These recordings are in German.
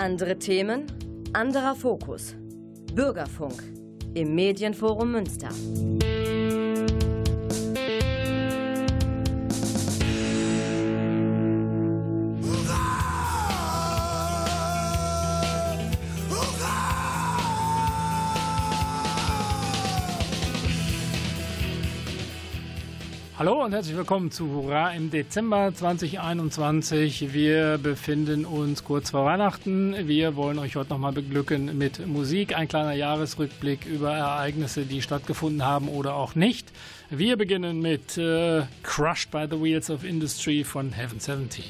Andere Themen, anderer Fokus. Bürgerfunk im Medienforum Münster. Hallo und herzlich willkommen zu Hurra im Dezember 2021. Wir befinden uns kurz vor Weihnachten. Wir wollen euch heute nochmal beglücken mit Musik. Ein kleiner Jahresrückblick über Ereignisse, die stattgefunden haben oder auch nicht. Wir beginnen mit Crushed by the Wheels of Industry von Heaven 17.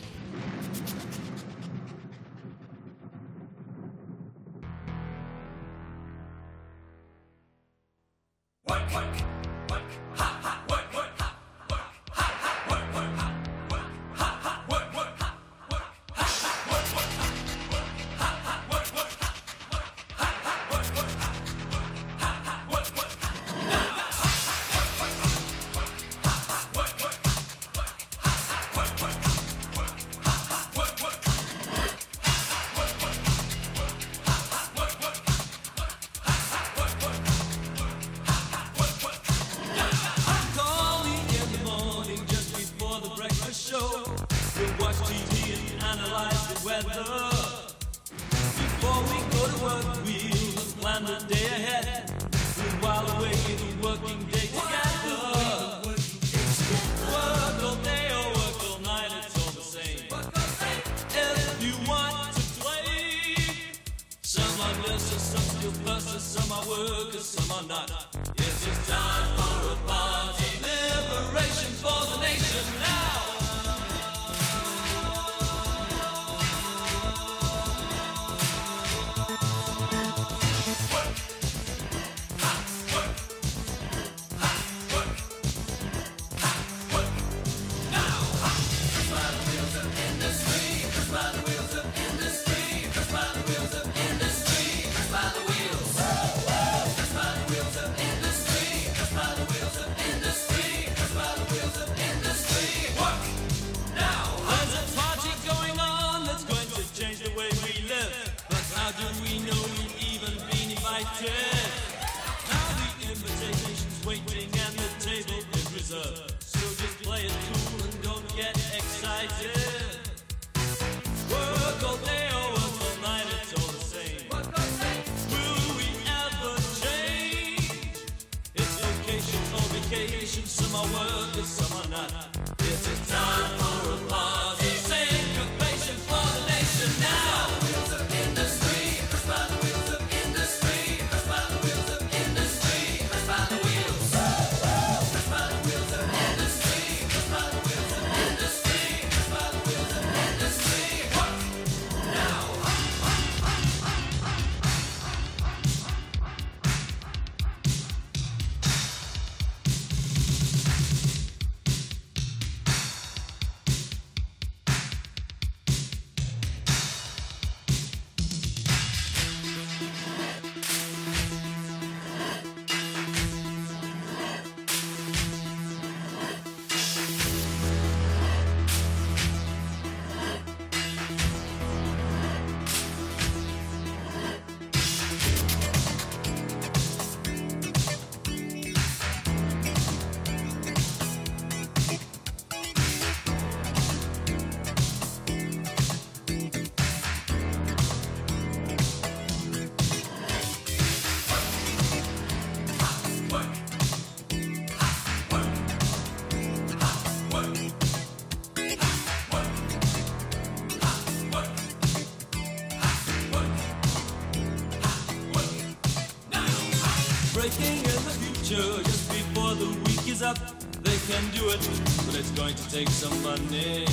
They can do it, but it's going to take some money.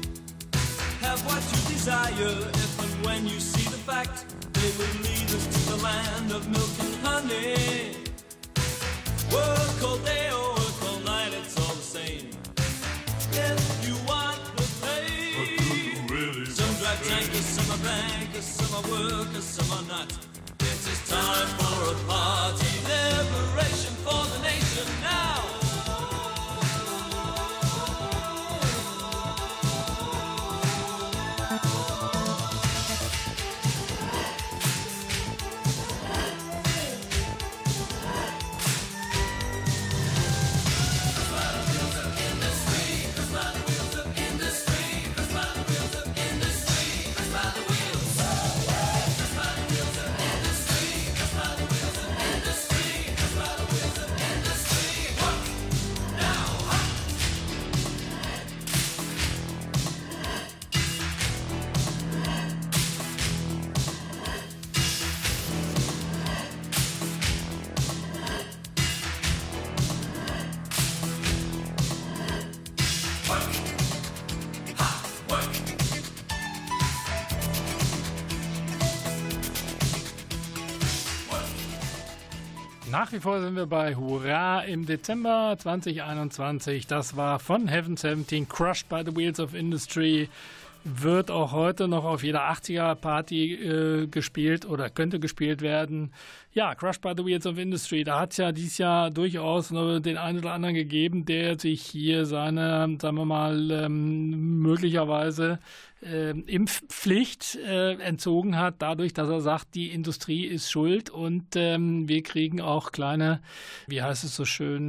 Have what you desire, if and when you see the fact, they will lead us to the land of milk and honey. Work all day or work all night, it's all the same. If you want the pay, really some drive tankers, some are bankers, some are workers, some are not. It is time for a party, liberation for the nation now. Nach wie vor sind wir bei Hurra im Dezember 2021. Das war von Heaven 17, Crushed by the Wheels of Industry. Wird auch heute noch auf jeder 80er-Party gespielt oder könnte gespielt werden. Ja, Crushed by the Wheels of Industry, da hat es ja dieses Jahr durchaus den einen oder anderen gegeben, der sich hier seine, sagen wir mal, möglicherweise Impfpflicht entzogen hat, dadurch, dass er sagt, die Industrie ist schuld und wir kriegen auch kleine, wie heißt es so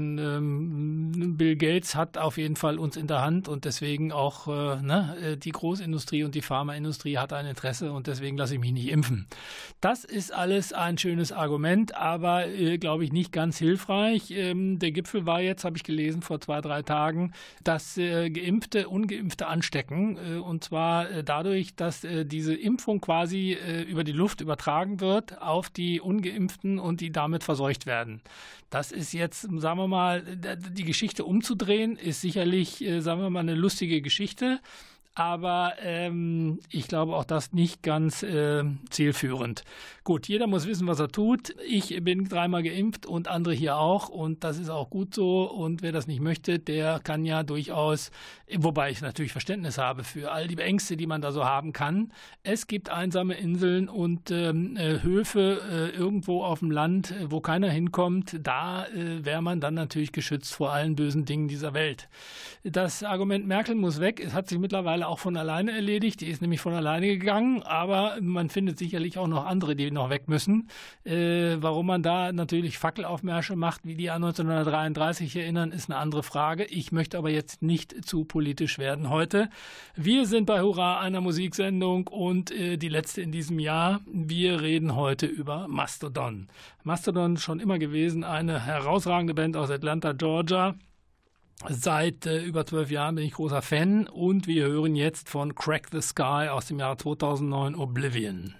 schön, Bill Gates hat auf jeden Fall uns in der Hand und deswegen auch die Großindustrie und die Pharmaindustrie hat ein Interesse und deswegen lasse ich mich nicht impfen. Das ist alles ein schönes Argument, aber glaube ich nicht ganz hilfreich. Der Gipfel war jetzt, habe ich gelesen, vor 2-3 Tagen, dass Geimpfte Ungeimpfte anstecken und zwar dadurch, dass diese Impfung quasi über die Luft übertragen wird auf die Ungeimpften und die damit verseucht werden. Das ist jetzt, sagen wir mal, die Geschichte umzudrehen, ist sicherlich, sagen wir mal, eine lustige Geschichte. Aber ich glaube auch das nicht ganz zielführend. Gut, jeder muss wissen, was er tut. Ich bin 3-mal geimpft und andere hier auch und das ist auch gut so. Und wer das nicht möchte, der kann ja durchaus, wobei ich natürlich Verständnis habe für all die Ängste, die man da so haben kann. Es gibt einsame Inseln und Höfe irgendwo auf dem Land, wo keiner hinkommt. Da wäre man dann natürlich geschützt vor allen bösen Dingen dieser Welt. Das Argument Merkel muss weg. Es hat sich mittlerweile auch von alleine erledigt. Die ist nämlich von alleine gegangen, aber man findet sicherlich auch noch andere, die noch weg müssen. Warum man da natürlich Fackelaufmärsche macht, wie die an 1933 erinnern, ist eine andere Frage. Ich möchte aber jetzt nicht zu politisch werden heute. Wir sind bei Hurra, einer Musiksendung und die letzte in diesem Jahr. Wir reden heute über Mastodon. Mastodon schon immer gewesen, eine herausragende Band aus Atlanta, Georgia. Seit über 12 Jahren bin ich großer Fan und wir hören jetzt von Crack the Sky aus dem Jahr 2009 Oblivion.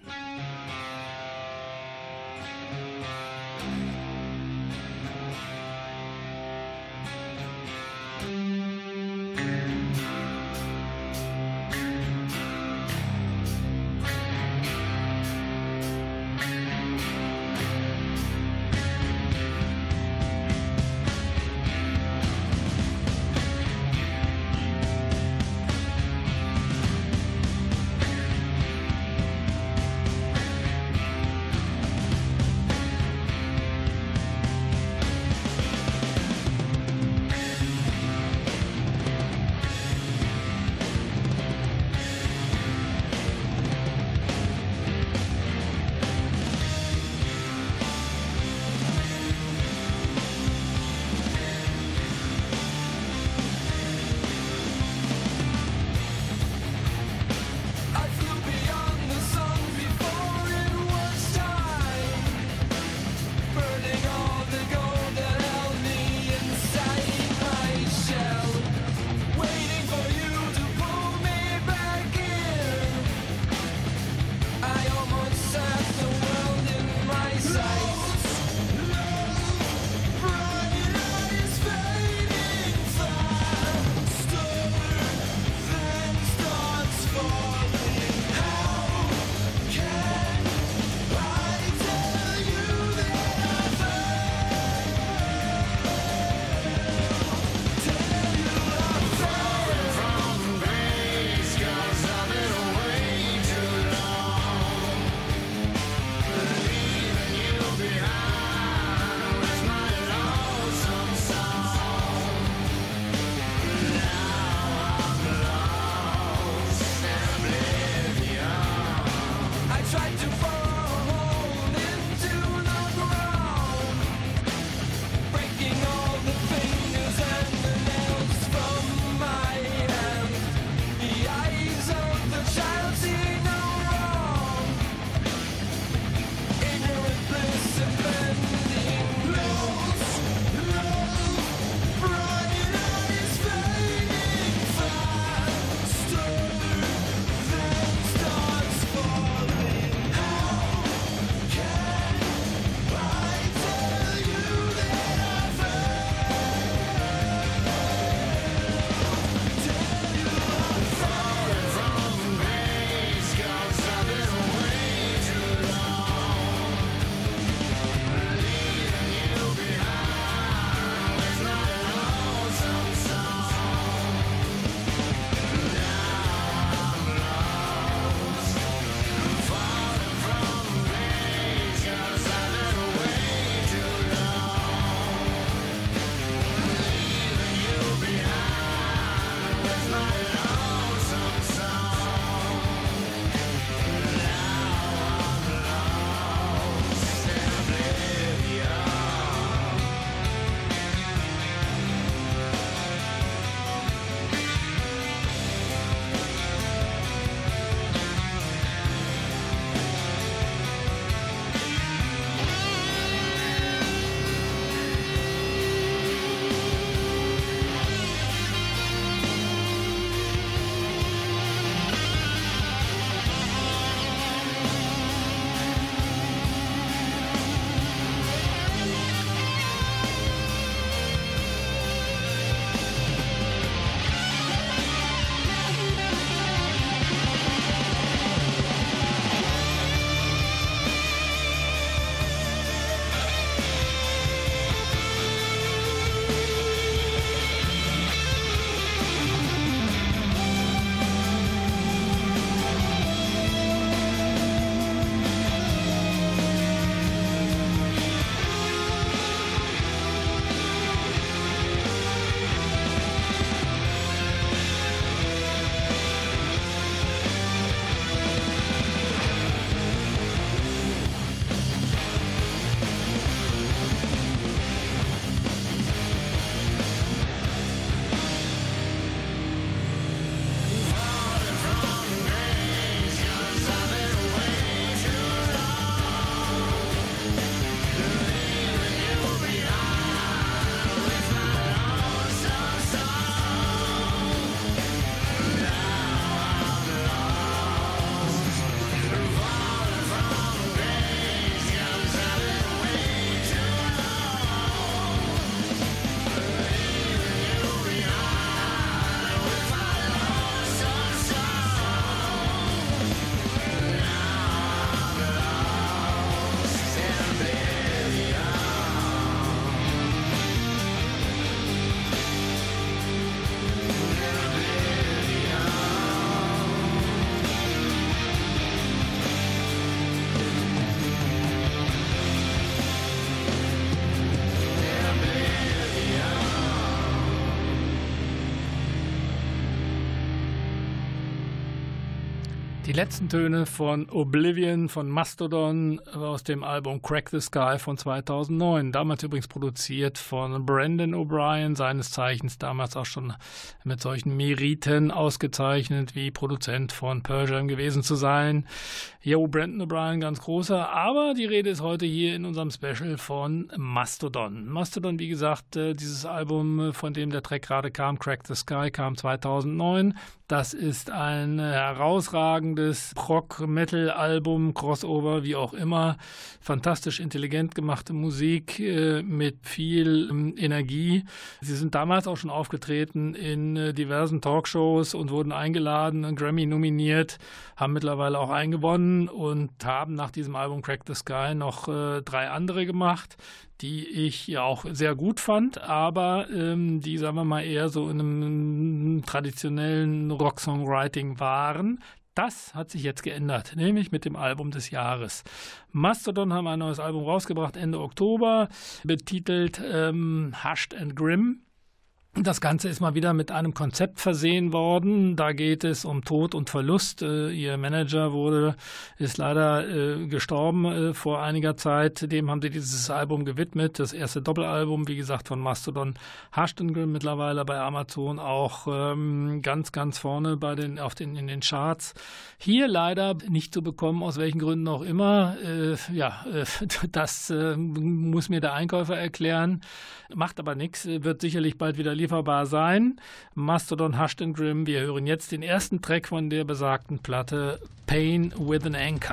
Die letzten Töne von Oblivion von Mastodon aus dem Album Crack the Sky von 2009. Damals übrigens produziert von Brendan O'Brien, seines Zeichens damals auch schon mit solchen Meriten ausgezeichnet, wie Produzent von Pearl Jam gewesen zu sein. Jo, Brendan O'Brien, ganz großer. Aber die Rede ist heute hier in unserem Special von Mastodon. Mastodon, wie gesagt, dieses Album, von dem der Track gerade kam, Crack the Sky, kam 2009. Das ist ein herausragendes Prog-Metal-Album, Crossover, wie auch immer. Fantastisch intelligent gemachte Musik mit viel Energie. Sie sind damals auch schon aufgetreten in diversen Talkshows und wurden eingeladen, Grammy nominiert, haben mittlerweile auch einen gewonnen und haben nach diesem Album Crack the Sky noch 3 andere gemacht, die ich ja auch sehr gut fand, aber die, sagen wir mal, eher so in einem traditionellen Rock-Songwriting waren. Das hat sich jetzt geändert, nämlich mit dem Album des Jahres. Mastodon haben ein neues Album rausgebracht Ende Oktober, betitelt Hushed and Grim. Das Ganze ist mal wieder mit einem Konzept versehen worden. Da geht es um Tod und Verlust. Ihr Manager ist leider gestorben vor einiger Zeit. Dem haben sie dieses Album gewidmet. Das erste Doppelalbum, wie gesagt, von Mastodon. Hushed and Grim mittlerweile bei Amazon auch ganz, ganz vorne in den Charts. Hier leider nicht zu bekommen, aus welchen Gründen auch immer. Das muss mir der Einkäufer erklären. Macht aber nichts, wird sicherlich bald wieder lieferbar sein. Mastodon, Hushed and Grim. Wir hören jetzt den ersten Track von der besagten Platte, Pain with an Anchor.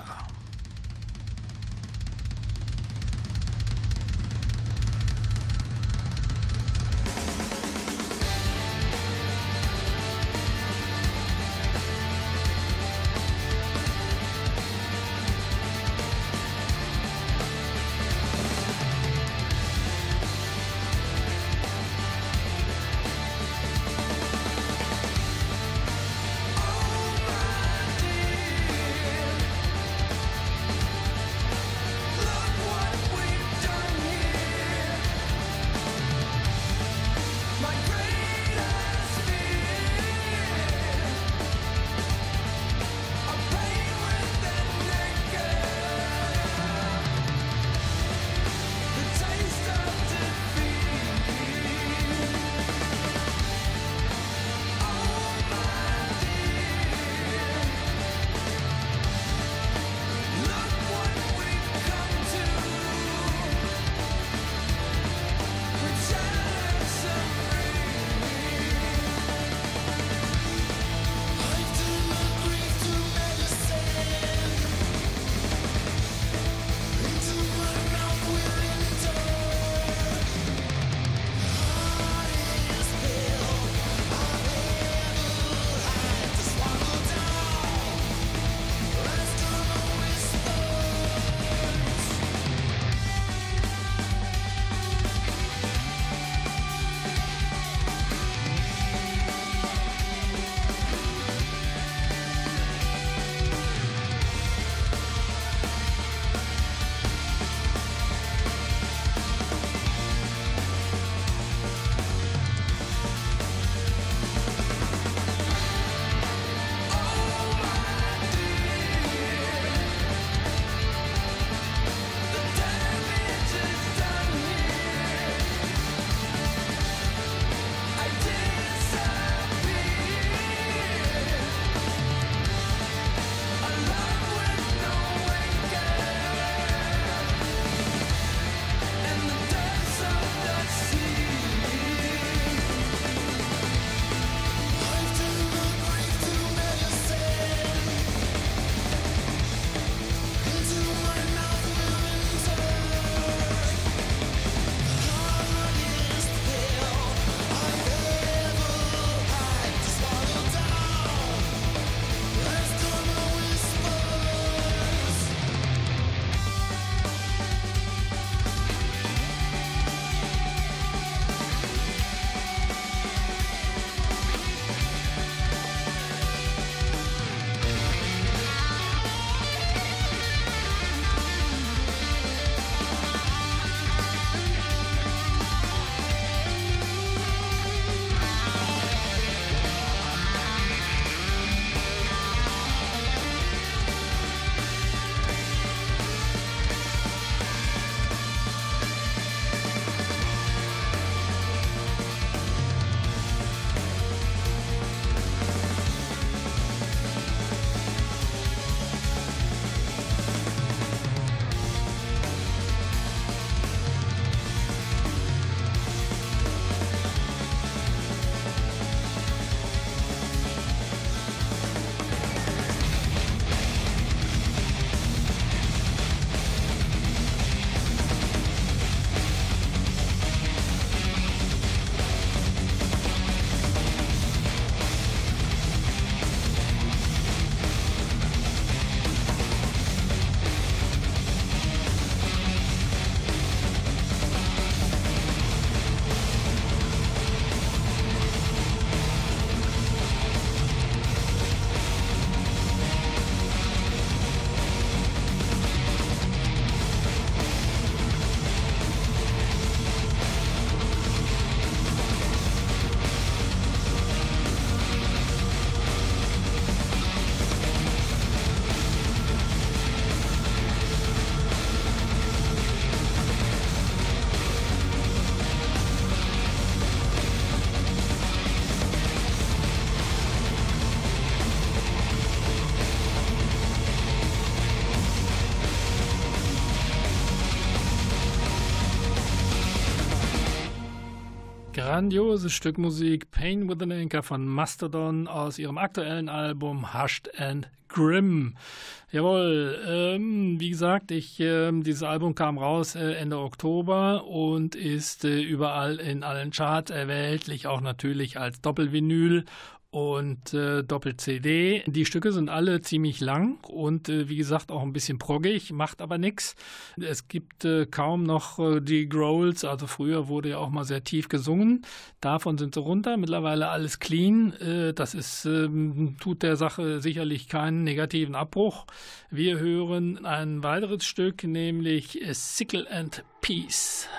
Grandioses Stück Musik, Pain with an Anchor von Mastodon aus ihrem aktuellen Album Hushed and Grim. Jawohl, wie gesagt, dieses Album kam raus Ende Oktober und ist überall in allen Charts erhältlich, auch natürlich als Doppelvinyl und Doppel-CD. Die Stücke sind alle ziemlich lang und wie gesagt auch ein bisschen proggig, macht aber nichts. Es gibt kaum noch die Growls, also früher wurde ja auch mal sehr tief gesungen. Davon sind sie runter, mittlerweile alles clean. Das ist, tut der Sache sicherlich keinen negativen Abbruch. Wir hören ein weiteres Stück, nämlich Sickle and Peace.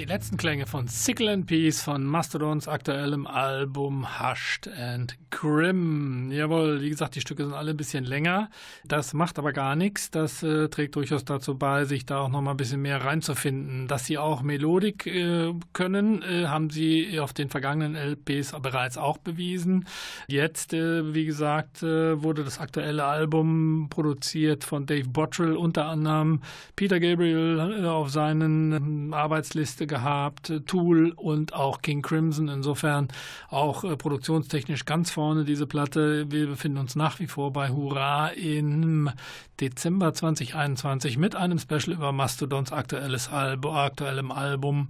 Die letzten Klänge von Sickle and Peace von Mastodons aktuellem Album Hushed and Grim. Jawohl, wie gesagt, die Stücke sind alle ein bisschen länger. Das macht aber gar nichts. Das trägt durchaus dazu bei, sich da auch noch mal ein bisschen mehr reinzufinden. Dass sie auch Melodik können, haben sie auf den vergangenen LPs bereits auch bewiesen. Jetzt, wie gesagt, wurde das aktuelle Album produziert von Dave Bottrell, unter anderem Peter Gabriel auf seinen Arbeitsliste gehabt, Tool und auch King Crimson. Insofern auch produktionstechnisch ganz vorne diese Platte. Wir befinden uns nach wie vor bei Hurra im Dezember 2021 mit einem Special über Mastodons aktuellem Album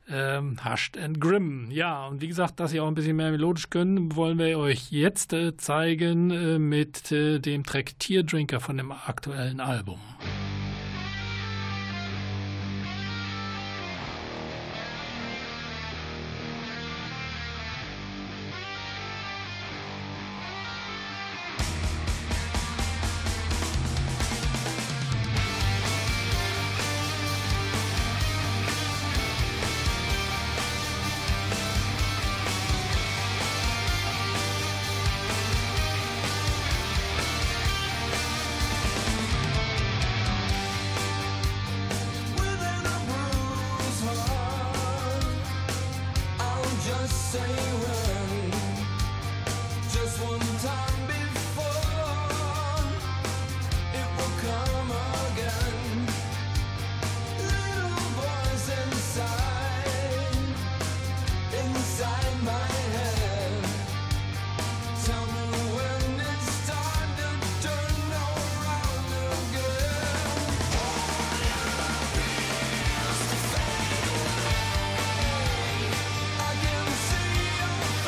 Hushed and Grim. Ja, und wie gesagt, dass sie auch ein bisschen mehr melodisch können, wollen wir euch jetzt zeigen mit dem Track Teardrinker von dem aktuellen Album. I can see your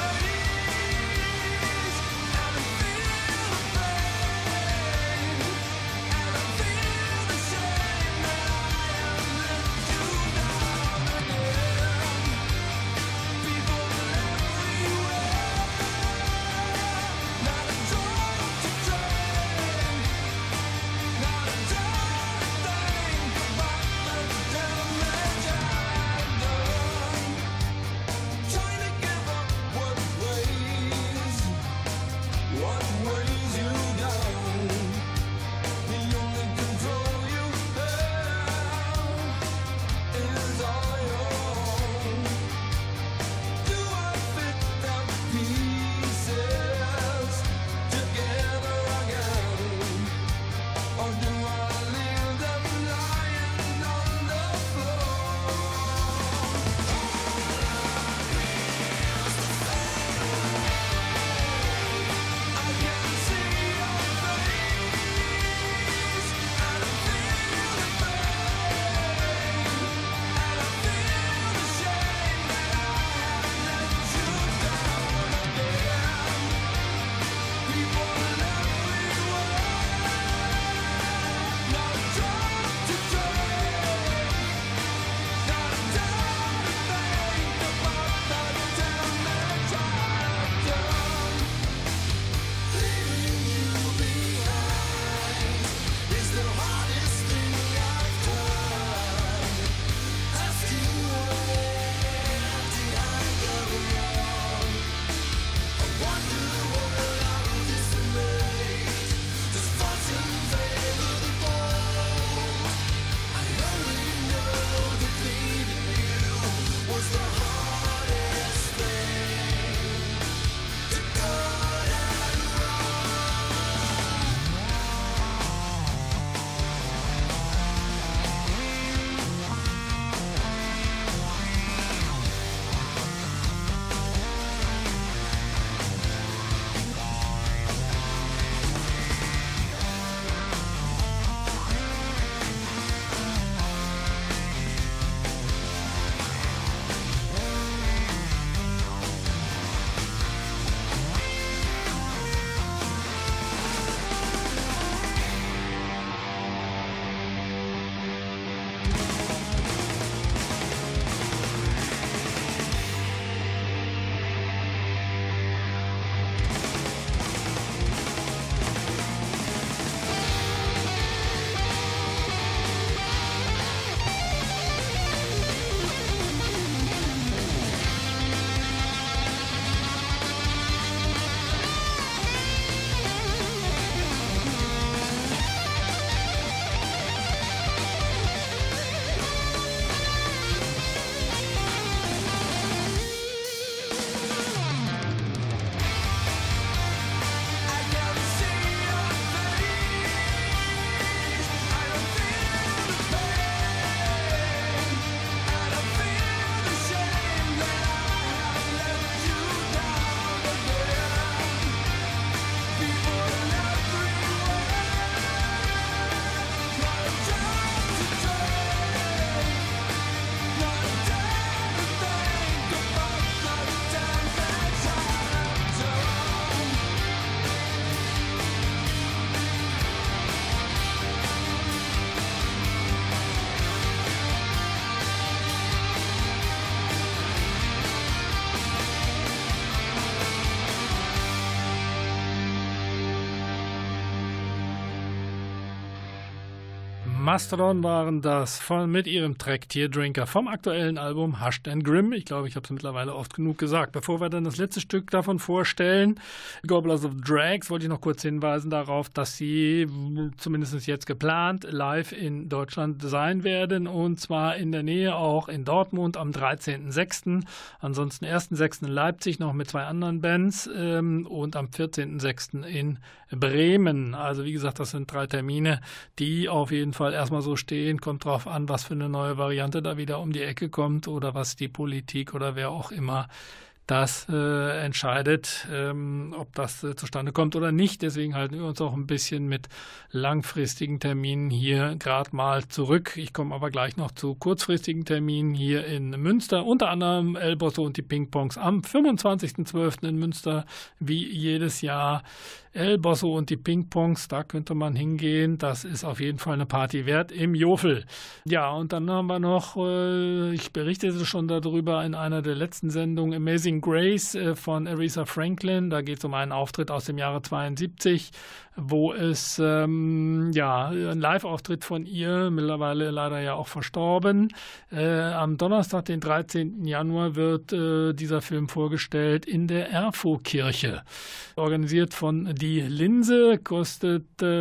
Mastodon waren das mit ihrem Track Teardrinker vom aktuellen Album Hushed and Grim. Ich glaube, ich habe es mittlerweile oft genug gesagt. Bevor wir dann das letzte Stück davon vorstellen, Gobblers of Drags, wollte ich noch kurz hinweisen darauf, dass sie zumindest jetzt geplant live in Deutschland sein werden, und zwar in der Nähe auch in Dortmund am 13.06. Ansonsten 1.06. in Leipzig noch mit 2 anderen Bands und am 14.06. in Bremen. Also wie gesagt, das sind 3 Termine, die auf jeden Fall erstmal so stehen. Kommt drauf an, was für eine neue Variante da wieder um die Ecke kommt oder was die Politik oder wer auch immer das entscheidet, ob das zustande kommt oder nicht. Deswegen halten wir uns auch ein bisschen mit langfristigen Terminen hier gerade mal zurück. Ich komme aber gleich noch zu kurzfristigen Terminen hier in Münster. Unter anderem El Bosso und die Ping-Pongs am 25.12. in Münster, wie jedes Jahr. El Bosso und die Ping-Pongs, da könnte man hingehen. Das ist auf jeden Fall eine Party wert im Jofel. Ja, und dann haben wir noch, ich berichtete schon darüber in einer der letzten Sendungen, Amazing Grace von Aretha Franklin. Da geht es um einen Auftritt aus dem Jahre 72, wo es ein Live-Auftritt von ihr, mittlerweile leider ja auch verstorben. Am Donnerstag, den 13. Januar, wird dieser Film vorgestellt in der Erfo-Kirche. Organisiert von Die Linse, kostet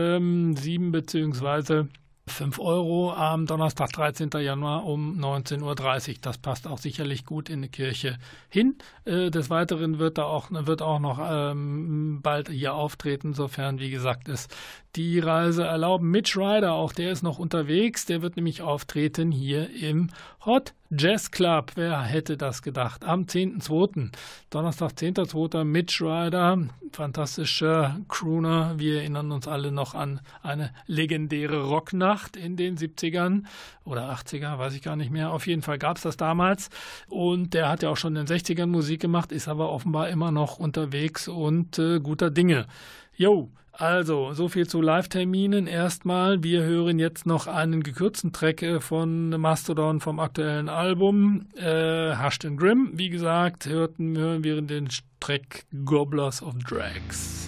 7 bzw. 5 Euro am Donnerstag, 13. Januar um 19.30 Uhr. Das passt auch sicherlich gut in die Kirche hin. Des Weiteren wird auch noch bald hier auftreten, sofern, wie gesagt, es die Reise erlauben. Mitch Ryder, auch der ist noch unterwegs. Der wird nämlich auftreten hier im Hot Jazz Club. Wer hätte das gedacht? Am 10.2. Donnerstag, 10.2. Mitch Ryder, fantastischer Crooner. Wir erinnern uns alle noch an eine legendäre Rocknacht in den 70ern oder 80er, weiß ich gar nicht mehr. Auf jeden Fall gab es das damals. Und der hat ja auch schon in den 60ern Musik gemacht, ist aber offenbar immer noch unterwegs und guter Dinge. Jo, also, so viel zu Live-Terminen erstmal. Wir hören jetzt noch einen gekürzten Track von Mastodon vom aktuellen Album, Hushed and Grim. Wie gesagt, hören wir den Track Gobblers of Drags.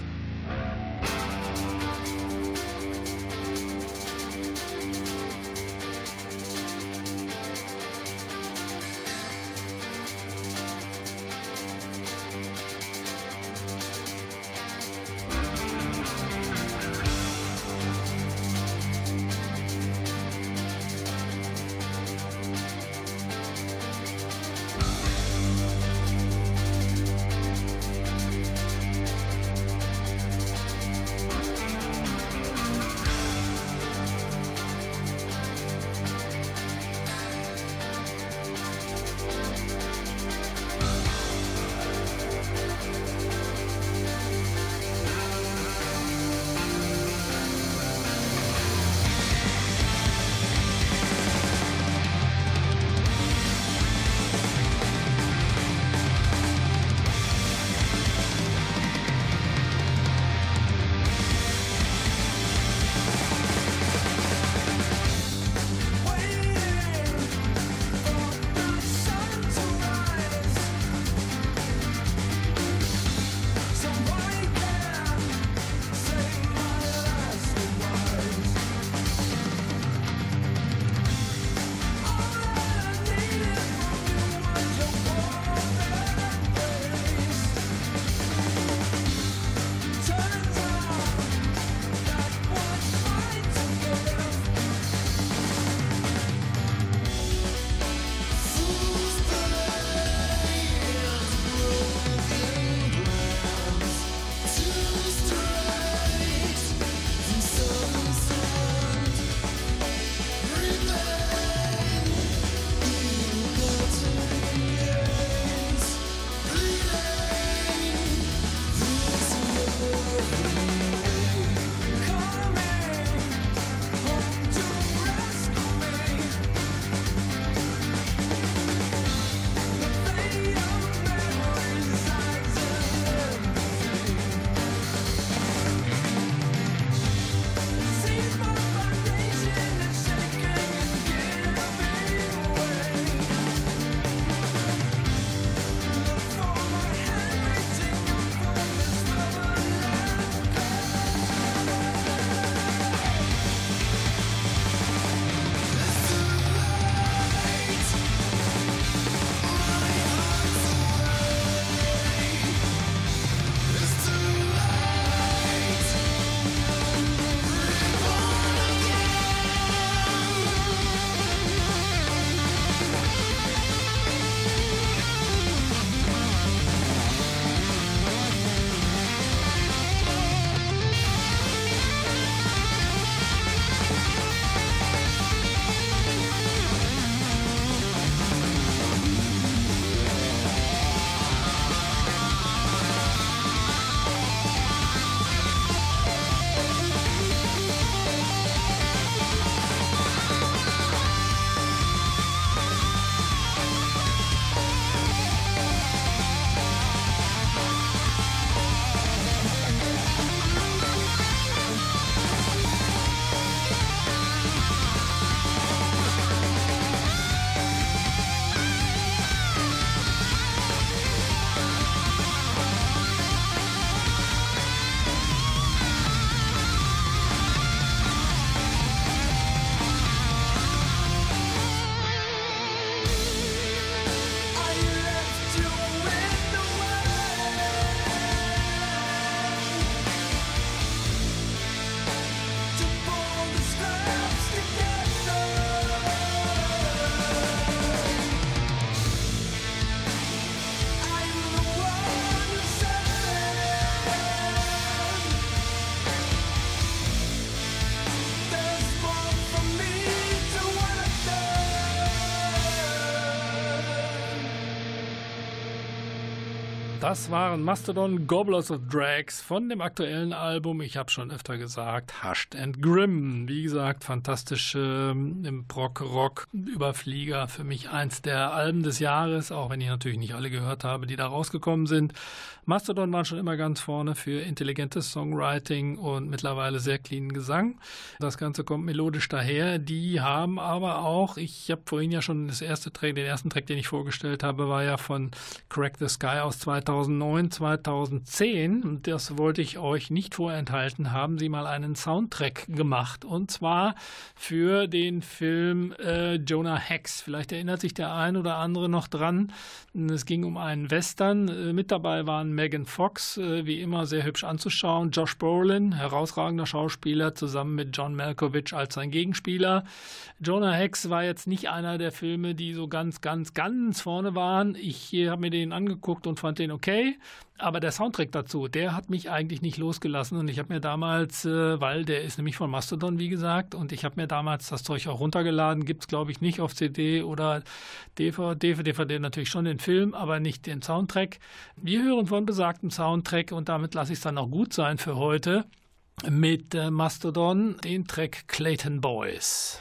Das waren Mastodon, Gobblers of Drags von dem aktuellen Album, ich habe schon öfter gesagt, Hushed and Grim. Wie gesagt, fantastische im Prog-Rock-Überflieger, für mich eins der Alben des Jahres, auch wenn ich natürlich nicht alle gehört habe, die da rausgekommen sind. Mastodon waren schon immer ganz vorne für intelligentes Songwriting und mittlerweile sehr cleanen Gesang. Das Ganze kommt melodisch daher. Die haben aber auch, ich habe vorhin ja schon den ersten Track, den ich vorgestellt habe, war ja von Crack the Sky aus 2009, 2010. Und das wollte ich euch nicht vorenthalten, haben sie mal einen Soundtrack gemacht. Und zwar für den Film Jonah Hex. Vielleicht erinnert sich der ein oder andere noch dran. Es ging um einen Western. Mit dabei waren Megan Fox, wie immer sehr hübsch anzuschauen. Josh Brolin, herausragender Schauspieler, zusammen mit John Malkovich als sein Gegenspieler. Jonah Hex war jetzt nicht einer der Filme, die so ganz vorne waren. Ich habe mir den angeguckt und fand den okay. Aber der Soundtrack dazu, der hat mich eigentlich nicht losgelassen. Und ich habe mir damals, weil der ist nämlich von Mastodon, wie gesagt, und ich habe mir damals das Zeug auch runtergeladen. Gibt es, glaube ich, nicht auf CD oder DVD natürlich schon den Film, aber nicht den Soundtrack. Wir hören von besagtem Soundtrack und damit lasse ich es dann auch gut sein für heute mit Mastodon den Track Clayton Boys.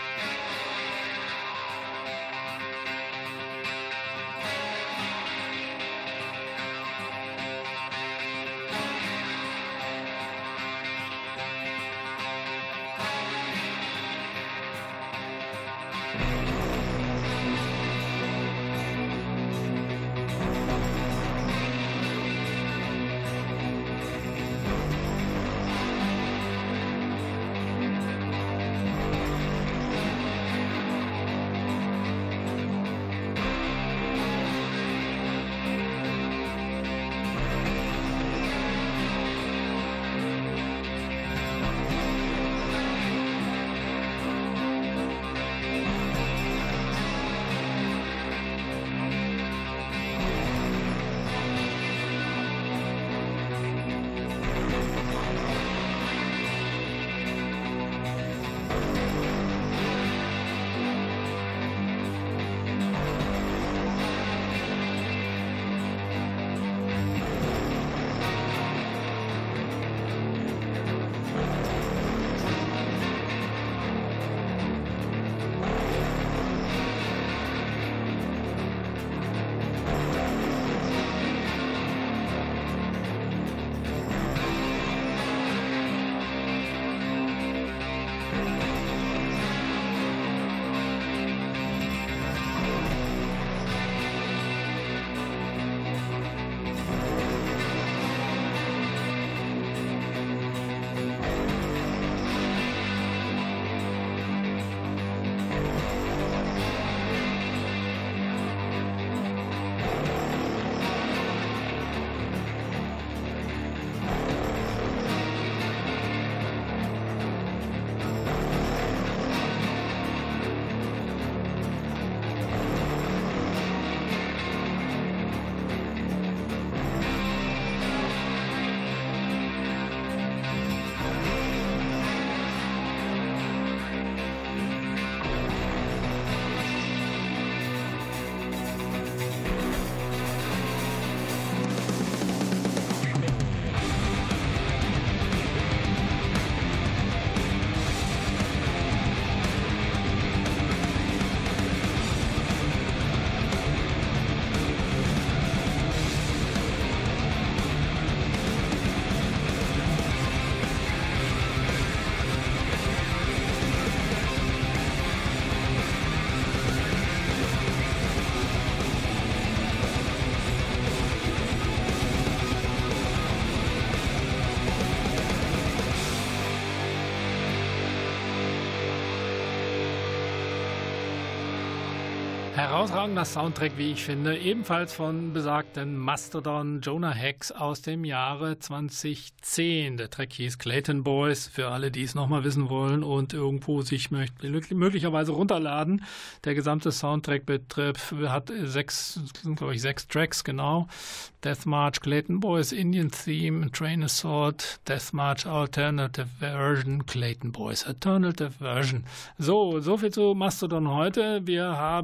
Herausragender Soundtrack, wie ich finde, ebenfalls von besagten Mastodon Jonah Hex aus dem Jahre 2010. Der Track hieß Clayton Boys, für alle, die es nochmal wissen wollen und irgendwo sich möglicherweise runterladen. Der gesamte Soundtrack hat sechs Tracks, genau. Death March, Clayton Boys, Indian Theme, Train Assault, Death March Alternative Version, Clayton Boys Alternative Version. So viel zu Mastodon heute. Wir haben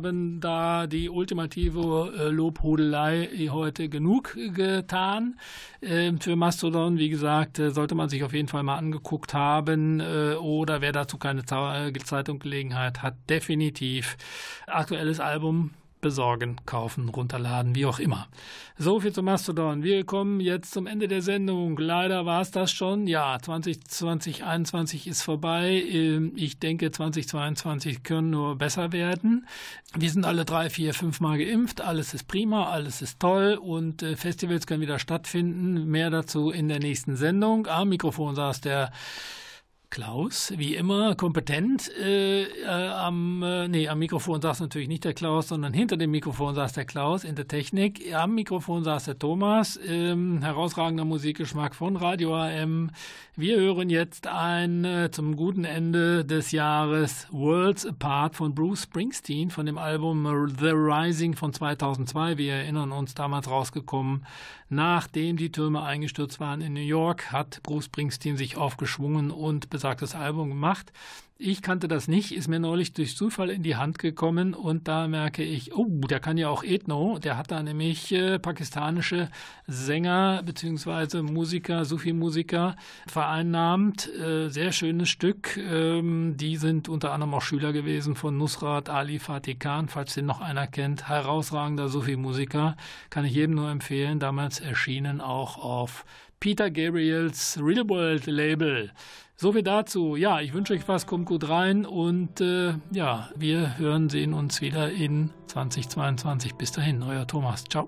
da die ultimative Lobhudelei heute genug getan. Für Mastodon, wie gesagt, sollte man sich auf jeden Fall mal angeguckt haben oder wer dazu keine Zeit und Gelegenheit hat, definitiv aktuelles Album besorgen, kaufen, runterladen, wie auch immer. So viel zu Mastodon. Wir kommen jetzt zum Ende der Sendung. Leider war es das schon. Ja, 2021 ist vorbei. Ich denke, 2022 können nur besser werden. Wir sind alle 3, 4, 5 Mal geimpft. Alles ist prima, alles ist toll und Festivals können wieder stattfinden. Mehr dazu in der nächsten Sendung. Am Mikrofon saß der Klaus, wie immer, kompetent. Am Mikrofon saß natürlich nicht der Klaus, sondern hinter dem Mikrofon saß der Klaus in der Technik. Am Mikrofon saß der Thomas, herausragender Musikgeschmack von Radio AM. Wir hören jetzt zum guten Ende des Jahres Worlds Apart von Bruce Springsteen von dem Album The Rising von 2002. Wir erinnern uns, damals rausgekommen. Nachdem die Türme eingestürzt waren in New York, hat Bruce Springsteen sich aufgeschwungen und besagtes Album gemacht. Ich kannte das nicht, ist mir neulich durch Zufall in die Hand gekommen und da merke ich, oh, der kann ja auch Ethno. Der hat da nämlich pakistanische Sänger bzw. Musiker, Sufi-Musiker vereinnahmt. Sehr schönes Stück. Die sind unter anderem auch Schüler gewesen von Nusrat Ali Fateh Khan, falls den noch einer kennt. Herausragender Sufi-Musiker, kann ich jedem nur empfehlen. Damals erschienen auch auf Peter Gabriels Real World Label. So viel dazu. Ja, ich wünsche euch was, kommt gut rein und wir sehen uns wieder in 2022. Bis dahin, euer Thomas. Ciao.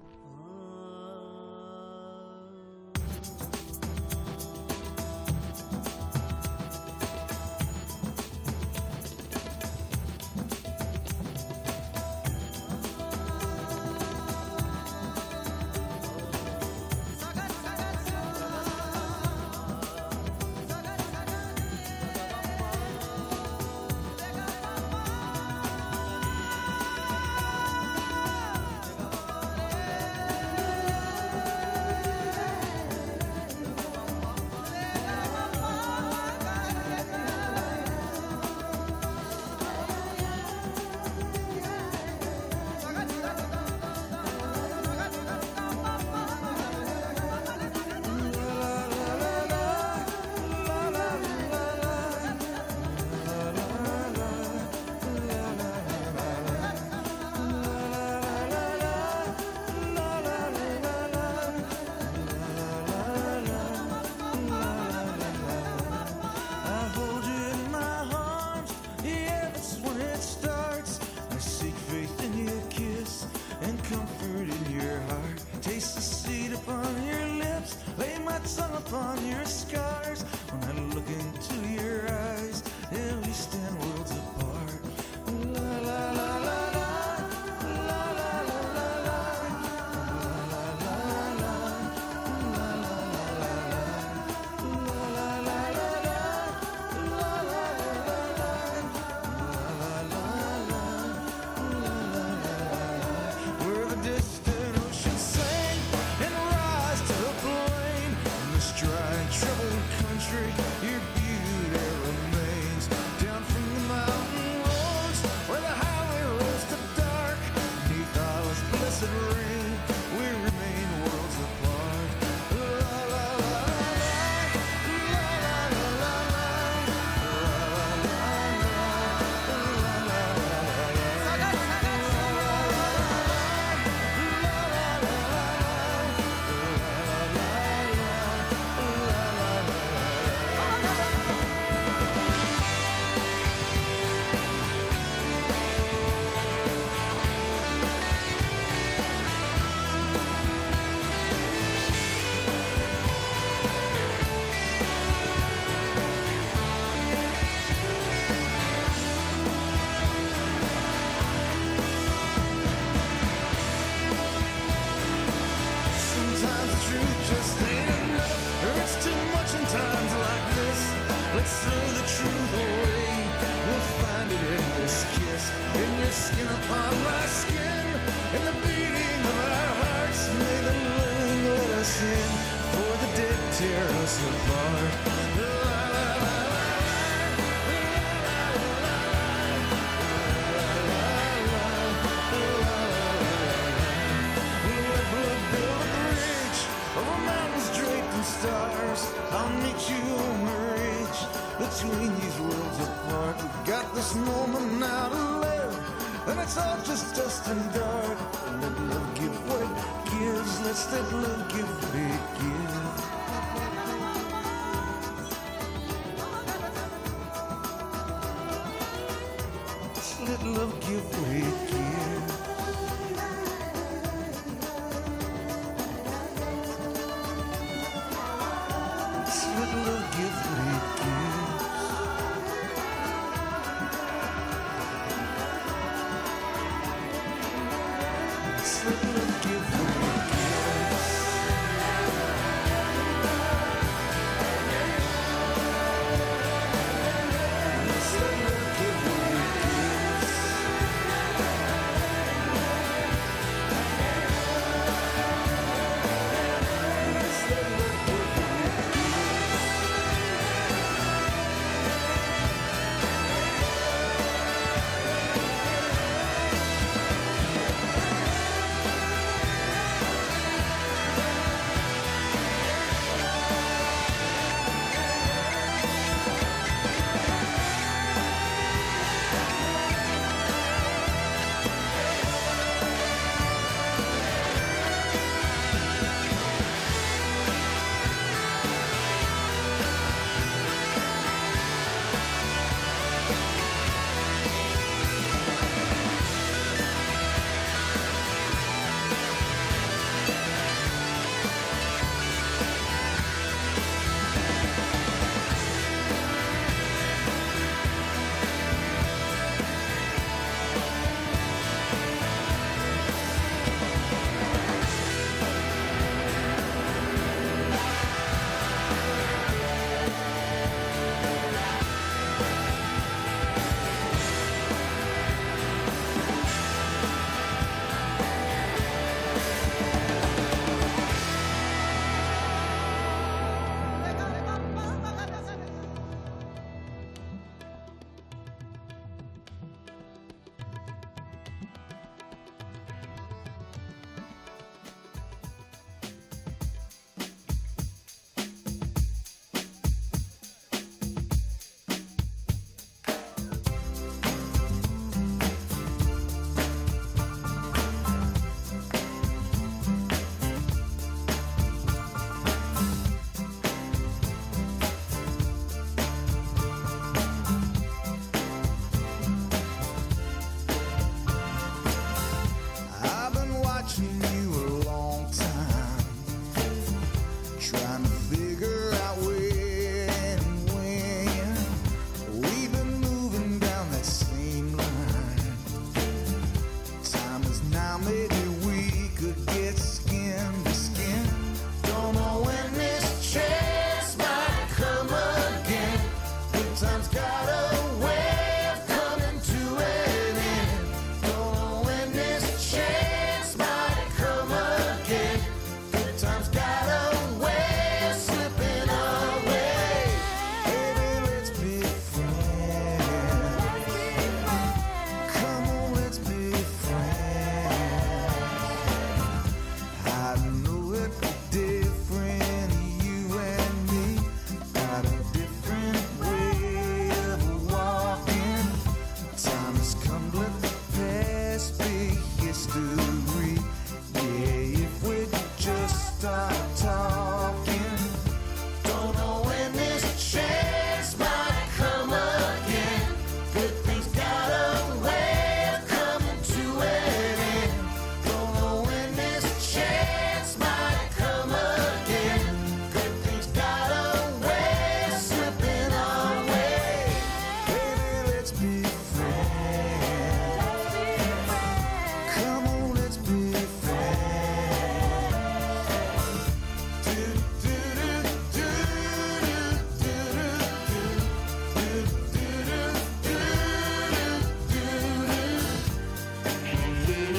take this moment now to live, and it's all just dust and dark. Let love give what it gives. Let's let love give what it gives. Let's let love give what it gives. Let's let love give what it gives. Let love give what it gives. Let's let love give what it gives. Let's let love give what it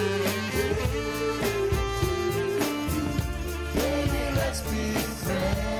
let's be friends.